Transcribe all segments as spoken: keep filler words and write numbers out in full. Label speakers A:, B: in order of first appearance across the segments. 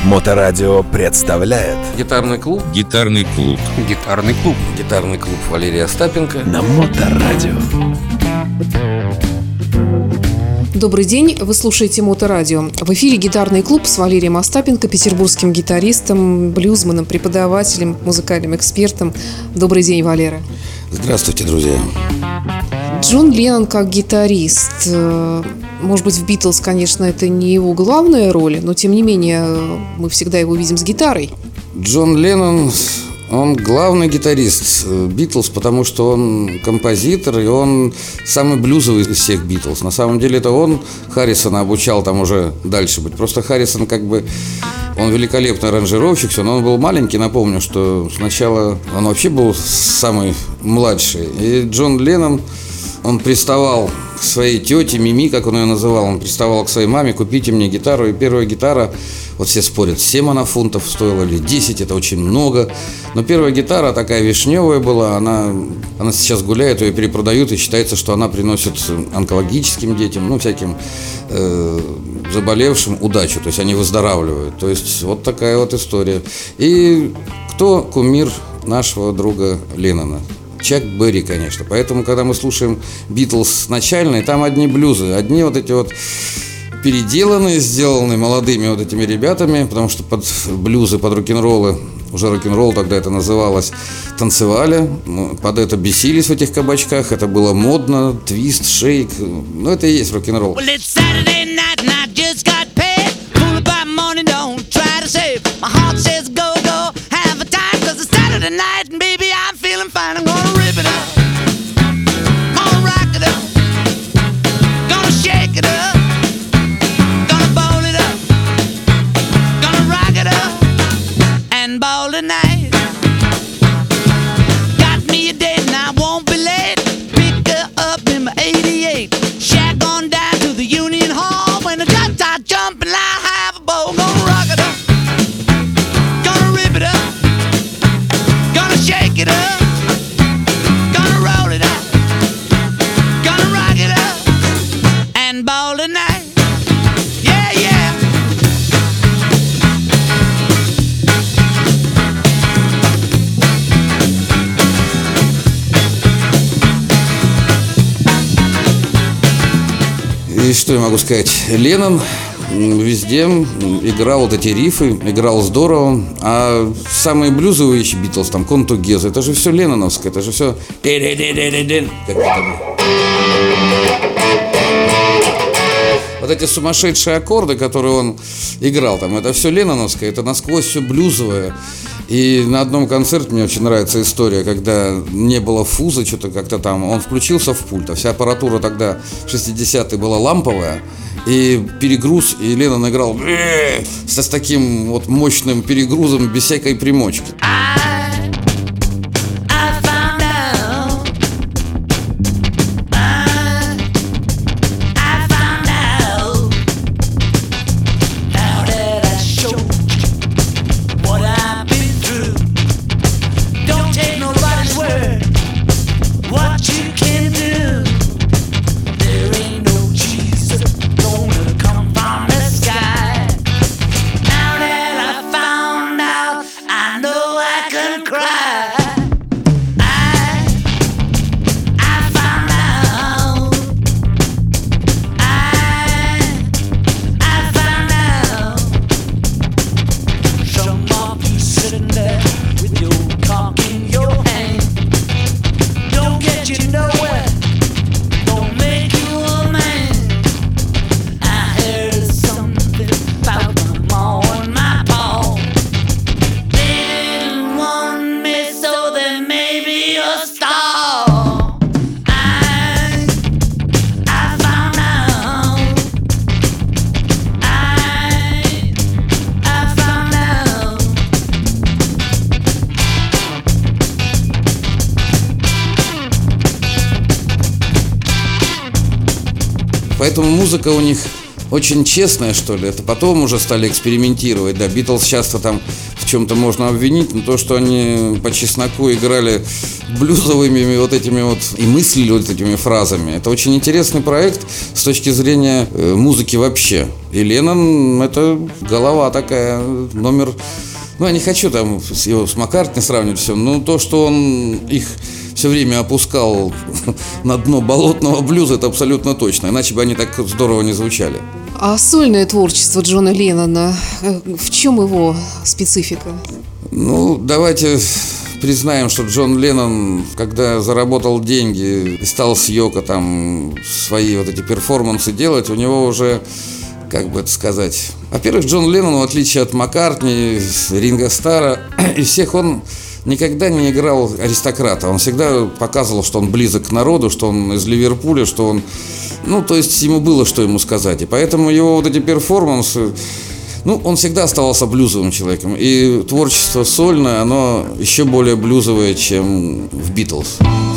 A: Моторадио представляет
B: Гитарный клуб.
C: Гитарный клуб.
B: Гитарный клуб. Гитарный клуб Валерия Остапенко
A: на Моторадио.
D: Добрый день, вы слушаете Моторадио. В эфире гитарный клуб с Валерием Остапенко, петербургским гитаристом, блюзманом, преподавателем, музыкальным экспертом. Добрый день, Валера.
B: Здравствуйте, друзья.
D: Джон Леннон как гитарист. Может быть, в «Битлз», конечно, это не его главная роль, но тем не менее мы всегда его видим с гитарой.
B: Джон Леннон, он главный гитарист «Битлз», потому что он композитор, и он самый блюзовый из всех «Битлз». На самом деле это он Харрисона обучал там уже дальше быть. Просто Харрисон как бы, он великолепный аранжировщик, но он был маленький, напомню, что сначала он вообще был самый младший. И Джон Леннон, он приставал к своей тете Мими, как он ее называл, он приставал к своей маме: купите мне гитару. И первая гитара, вот все спорят, семь она фунтов стоила или десять, это очень много. Но первая гитара такая вишневая была, она, она сейчас гуляет, ее перепродают, и считается, что она приносит онкологическим детям, ну, всяким э, заболевшим удачу, то есть они выздоравливают. То есть вот такая вот история. И кто кумир нашего друга Леннона? Чак Берри, конечно. Поэтому, когда мы слушаем «Битлз» начальные, там одни блюзы, одни вот эти вот переделанные, сделанные молодыми вот этими ребятами, потому что под блюзы, под рок-н-роллы, уже рок-н-ролл тогда это называлось, танцевали, под это бесились в этих кабачках, это было модно, твист, шейк, ну это и есть рок-н-ролл.
E: I'm gonna rip it up, gonna rock it up, gonna shake it up, gonna ball it up, gonna rock it up, and ball tonight. Got me a date and I won't be late. Pick her up in my eighty-eight, shack on down to the Union Hall. When the gut start jumping, I have a ball. Gonna rock it up, gonna rip it up, gonna shake it up,
B: И что я могу сказать? Леннон везде играл вот эти рифы, играл здорово. А самые блюзовые еще «Битлз», там «Come Together», это же все ленноновское, это же все как вот эти сумасшедшие аккорды, которые он играл, там, это все ленноновское, это насквозь все блюзовое. И на одном концерте мне очень нравится история, когда не было фуза, что-то как-то там, он включился в пульт, а вся аппаратура тогда в шестидесятые была ламповая, и перегруз, и Леннон играл с таким вот мощным перегрузом, без всякой примочки. Поэтому музыка у них очень честная, что ли. Это потом уже стали экспериментировать. Да, «Битлз» часто там в чем-то можно обвинить, но то, что они по чесноку играли блюзовыми вот этими вот и мыслили вот этими фразами, это очень интересный проект с точки зрения э, музыки вообще. И Леннон — это голова такая, номер... Ну, я не хочу там его с Маккартни сравнивать все, но то, что он их все время опускал на дно болотного блюза, это абсолютно точно, иначе бы они так здорово не звучали.
D: А сольное творчество Джона Леннона, в чем его специфика?
B: Ну, давайте признаем, что Джон Леннон, когда заработал деньги и стал с Йоко там свои вот эти перформансы делать, у него уже, как бы это сказать... Во-первых, Джон Леннон, в отличие от Маккартни, Ринго Старра и всех, он никогда не играл аристократа. Он всегда показывал, что он близок к народу, что он из Ливерпуля, что он... Ну, то есть ему было, что ему сказать. И поэтому его вот эти перформансы... Ну, он всегда оставался блюзовым человеком. И творчество сольное, оно еще более блюзовое, чем в «Битлз».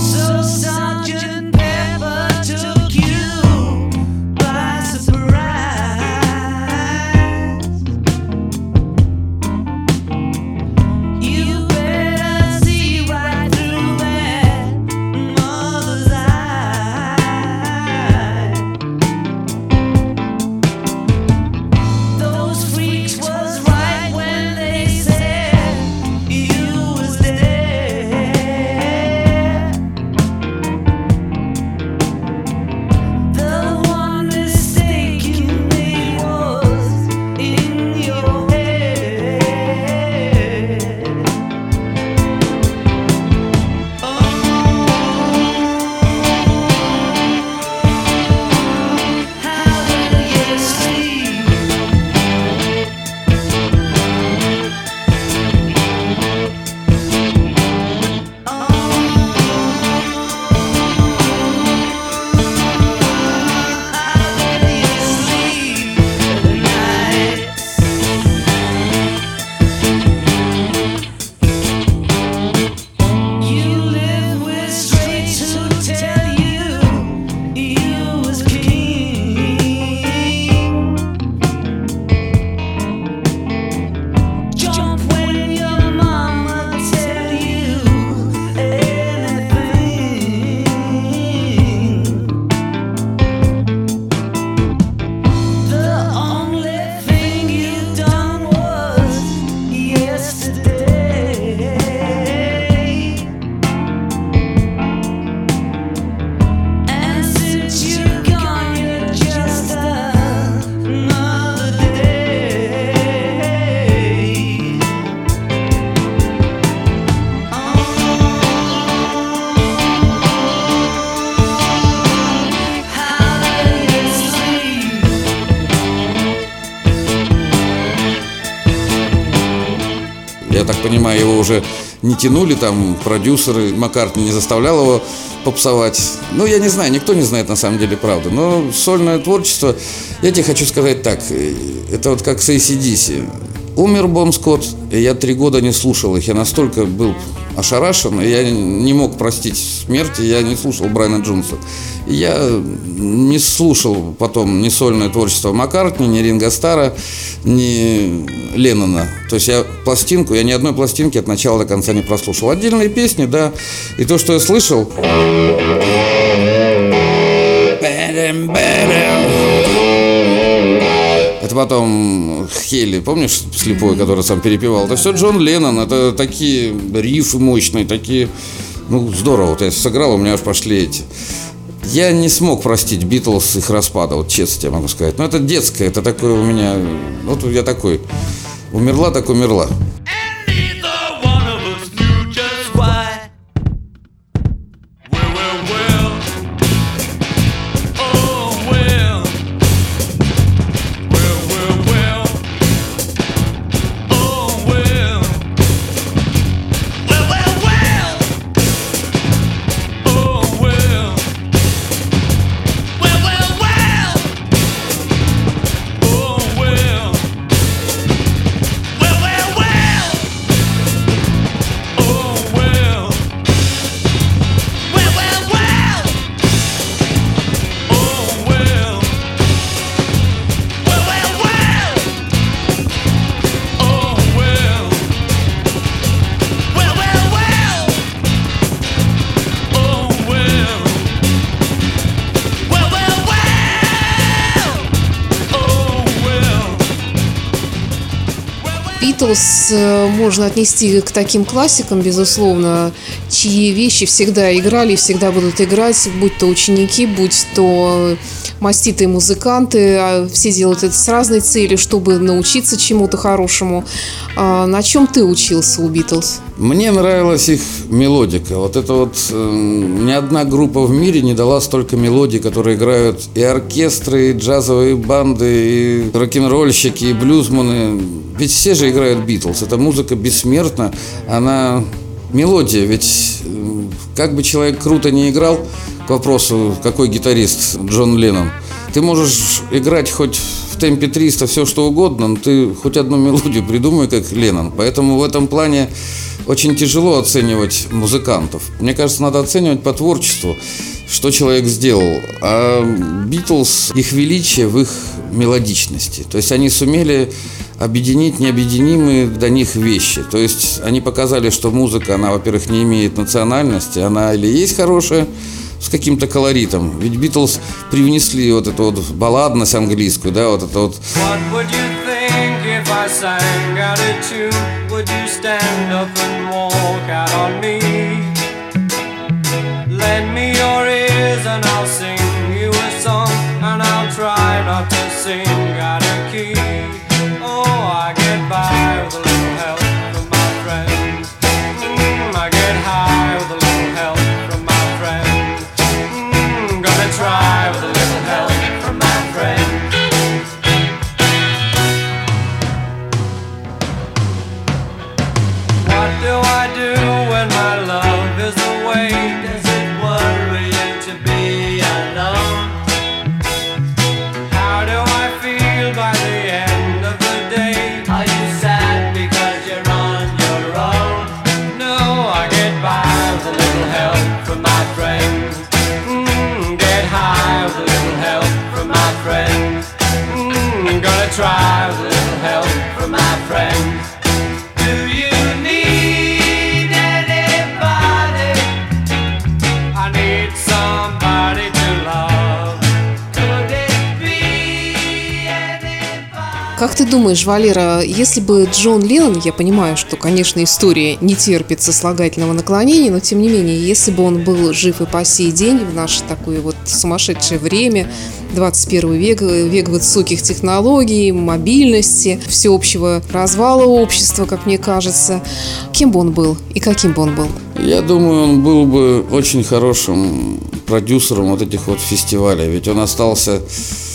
B: Я так понимаю, его уже не тянули, там продюсеры, Маккартни не заставлял его попсовать. Ну, я не знаю, никто не знает на самом деле правду. Но сольное творчество, я тебе хочу сказать так, это вот как с эй си ди си. Умер Бон Скотт, и я три года не слушал их. Я настолько был ошарашен, и я не мог простить смерти, я не слушал Брайана Джонса. И я не слушал потом ни сольное творчество Маккартни, ни Ринго Старра, ни Леннона. То есть я пластинку, я ни одной пластинки от начала до конца не прослушал. Отдельные песни, да, и то, что я слышал... Это потом Хейли, помнишь, слепой, который сам перепевал? Это все Джон Леннон, это такие рифы мощные, такие... Ну, здорово, вот я сыграл, у меня аж пошли эти... Я не смог простить Битлз их распада, вот честно тебе могу сказать. Но это детское, это такое у меня... Вот я такой... Умерла, так умерла.
E: Well, well, well.
D: Битлз э, можно отнести к таким классикам, безусловно, чьи вещи всегда играли и всегда будут играть, будь то ученики, будь то маститые музыканты. А все делают это с разной целью, чтобы научиться чему-то хорошему. А на чем ты учился у Битлз?
B: Мне нравилась их мелодика. Вот это вот э, ни одна группа в мире не дала столько мелодий, которые играют и оркестры, и джазовые банды, и рок-н-ролльщики, и блюзманы. Ведь все же играют Битлз. Эта музыка бессмертна, она мелодия. Ведь э, как бы человек круто не играл, к вопросу, какой гитарист Джон Леннон, ты можешь играть хоть в темпе триста, все что угодно, но ты хоть одну мелодию придумай, как Леннон. Поэтому в этом плане очень тяжело оценивать музыкантов. Мне кажется, надо оценивать по творчеству, что человек сделал. А Битлз, их величие в их мелодичности. То есть они сумели объединить необъединимые для них вещи. То есть они показали, что музыка, она, во-первых, не имеет национальности, она или есть хорошая, с каким-то колоритом. Ведь Битлз привнесли вот эту вот балладность английскую, да, вот это вот.
C: What would you think if I sang out a tune? Would you stand up and walk out on me? Lend me your ears and I'll sing you a song, and I'll try not to sing out of key. Oh, I get by with a little help from my friends. Mm, I get high with a little help from my friends. Mm, gonna try with a little help from my friends. What do I do when my love is away? Does it worry you to be alone? How do I feel by the end of the day? Are you sad because you're on your own? No, I get by with a little help from my friends. Mm, get high with a little help from my friends. Mm, gonna try with a little help from my friends. Do you need anybody? I need somebody to love. Could it be anybody?
D: Как ты думаешь, Валера, если бы Джон Леннон, я понимаю, что, конечно, история не терпит сослагательного наклонения, но тем не менее, если бы он был жив и по сей день в наше такое вот сумасшедшее время, двадцать первый век, век высоких технологий, мобильности, всеобщего развала общества, как мне кажется, кем бы он был и каким бы он был?
B: Я думаю, он был бы очень хорошим продюсером вот этих вот фестивалей. Ведь он остался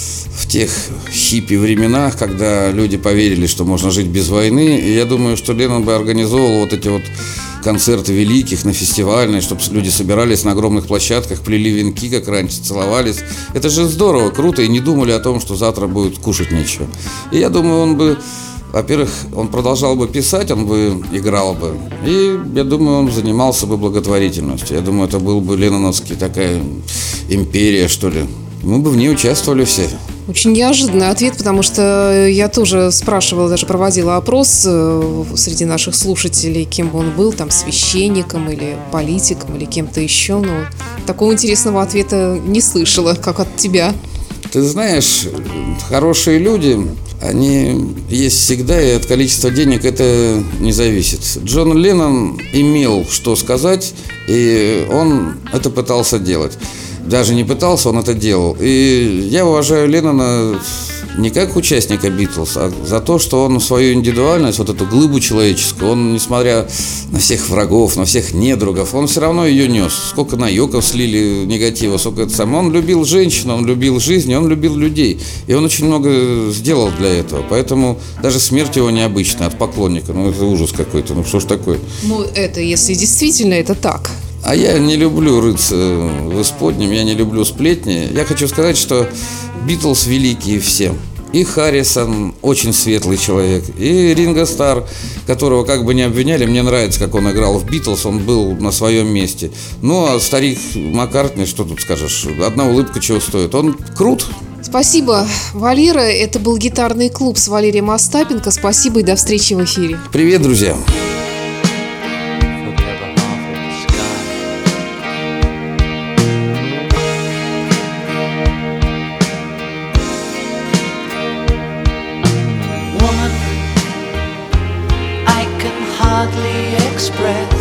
B: в тех хиппи временах, когда люди поверили, что можно жить без войны. И я думаю, что Леннон бы организовал вот эти вот концерты великих на фестивальные, чтобы люди собирались на огромных площадках, плели венки, как раньше, целовались. Это же здорово, круто, и не думали о том, что завтра будет кушать нечего. И я думаю, он бы, во-первых, он продолжал бы писать, он бы играл бы. И я думаю, он занимался бы благотворительностью. Я думаю, это был бы ленноновский такая империя, что ли. Мы бы в ней участвовали все.
D: Очень неожиданный ответ, потому что я тоже спрашивала, даже проводила опрос э, среди наших слушателей, кем бы он был, там, священником или политиком или кем-то еще, но такого интересного ответа не слышала, как от тебя.
B: Ты знаешь, хорошие люди, они есть всегда, и от количества денег это не зависит. Джон Леннон имел что сказать, и он это пытался делать. Даже не пытался, он это делал. И я уважаю Леннона не как участника Битлз, а за то, что он свою индивидуальность, вот эту глыбу человеческую, он, несмотря на всех врагов, на всех недругов, он все равно ее нес. Сколько наеков слили негатива, сколько это самое. Он любил женщин, он любил жизнь, он любил людей. И он очень много сделал для этого. Поэтому даже смерть его необычная от поклонника. Ну, это ужас какой-то. Ну, что ж такое?
D: Ну, это если действительно это так.
B: А я не люблю рыться в исподнем, я не люблю сплетни. Я хочу сказать, что Битлз великие все. И Харрисон очень светлый человек, и Ринго Старр, которого как бы не обвиняли, мне нравится, как он играл в Битлз, он был на своем месте. Ну, а старик Маккартни, что тут скажешь, одна улыбка чего стоит, он крут.
D: Спасибо, Валера, это был гитарный клуб с Валерием Остапенко, спасибо и до встречи в эфире.
B: Привет, друзья.
F: hardly express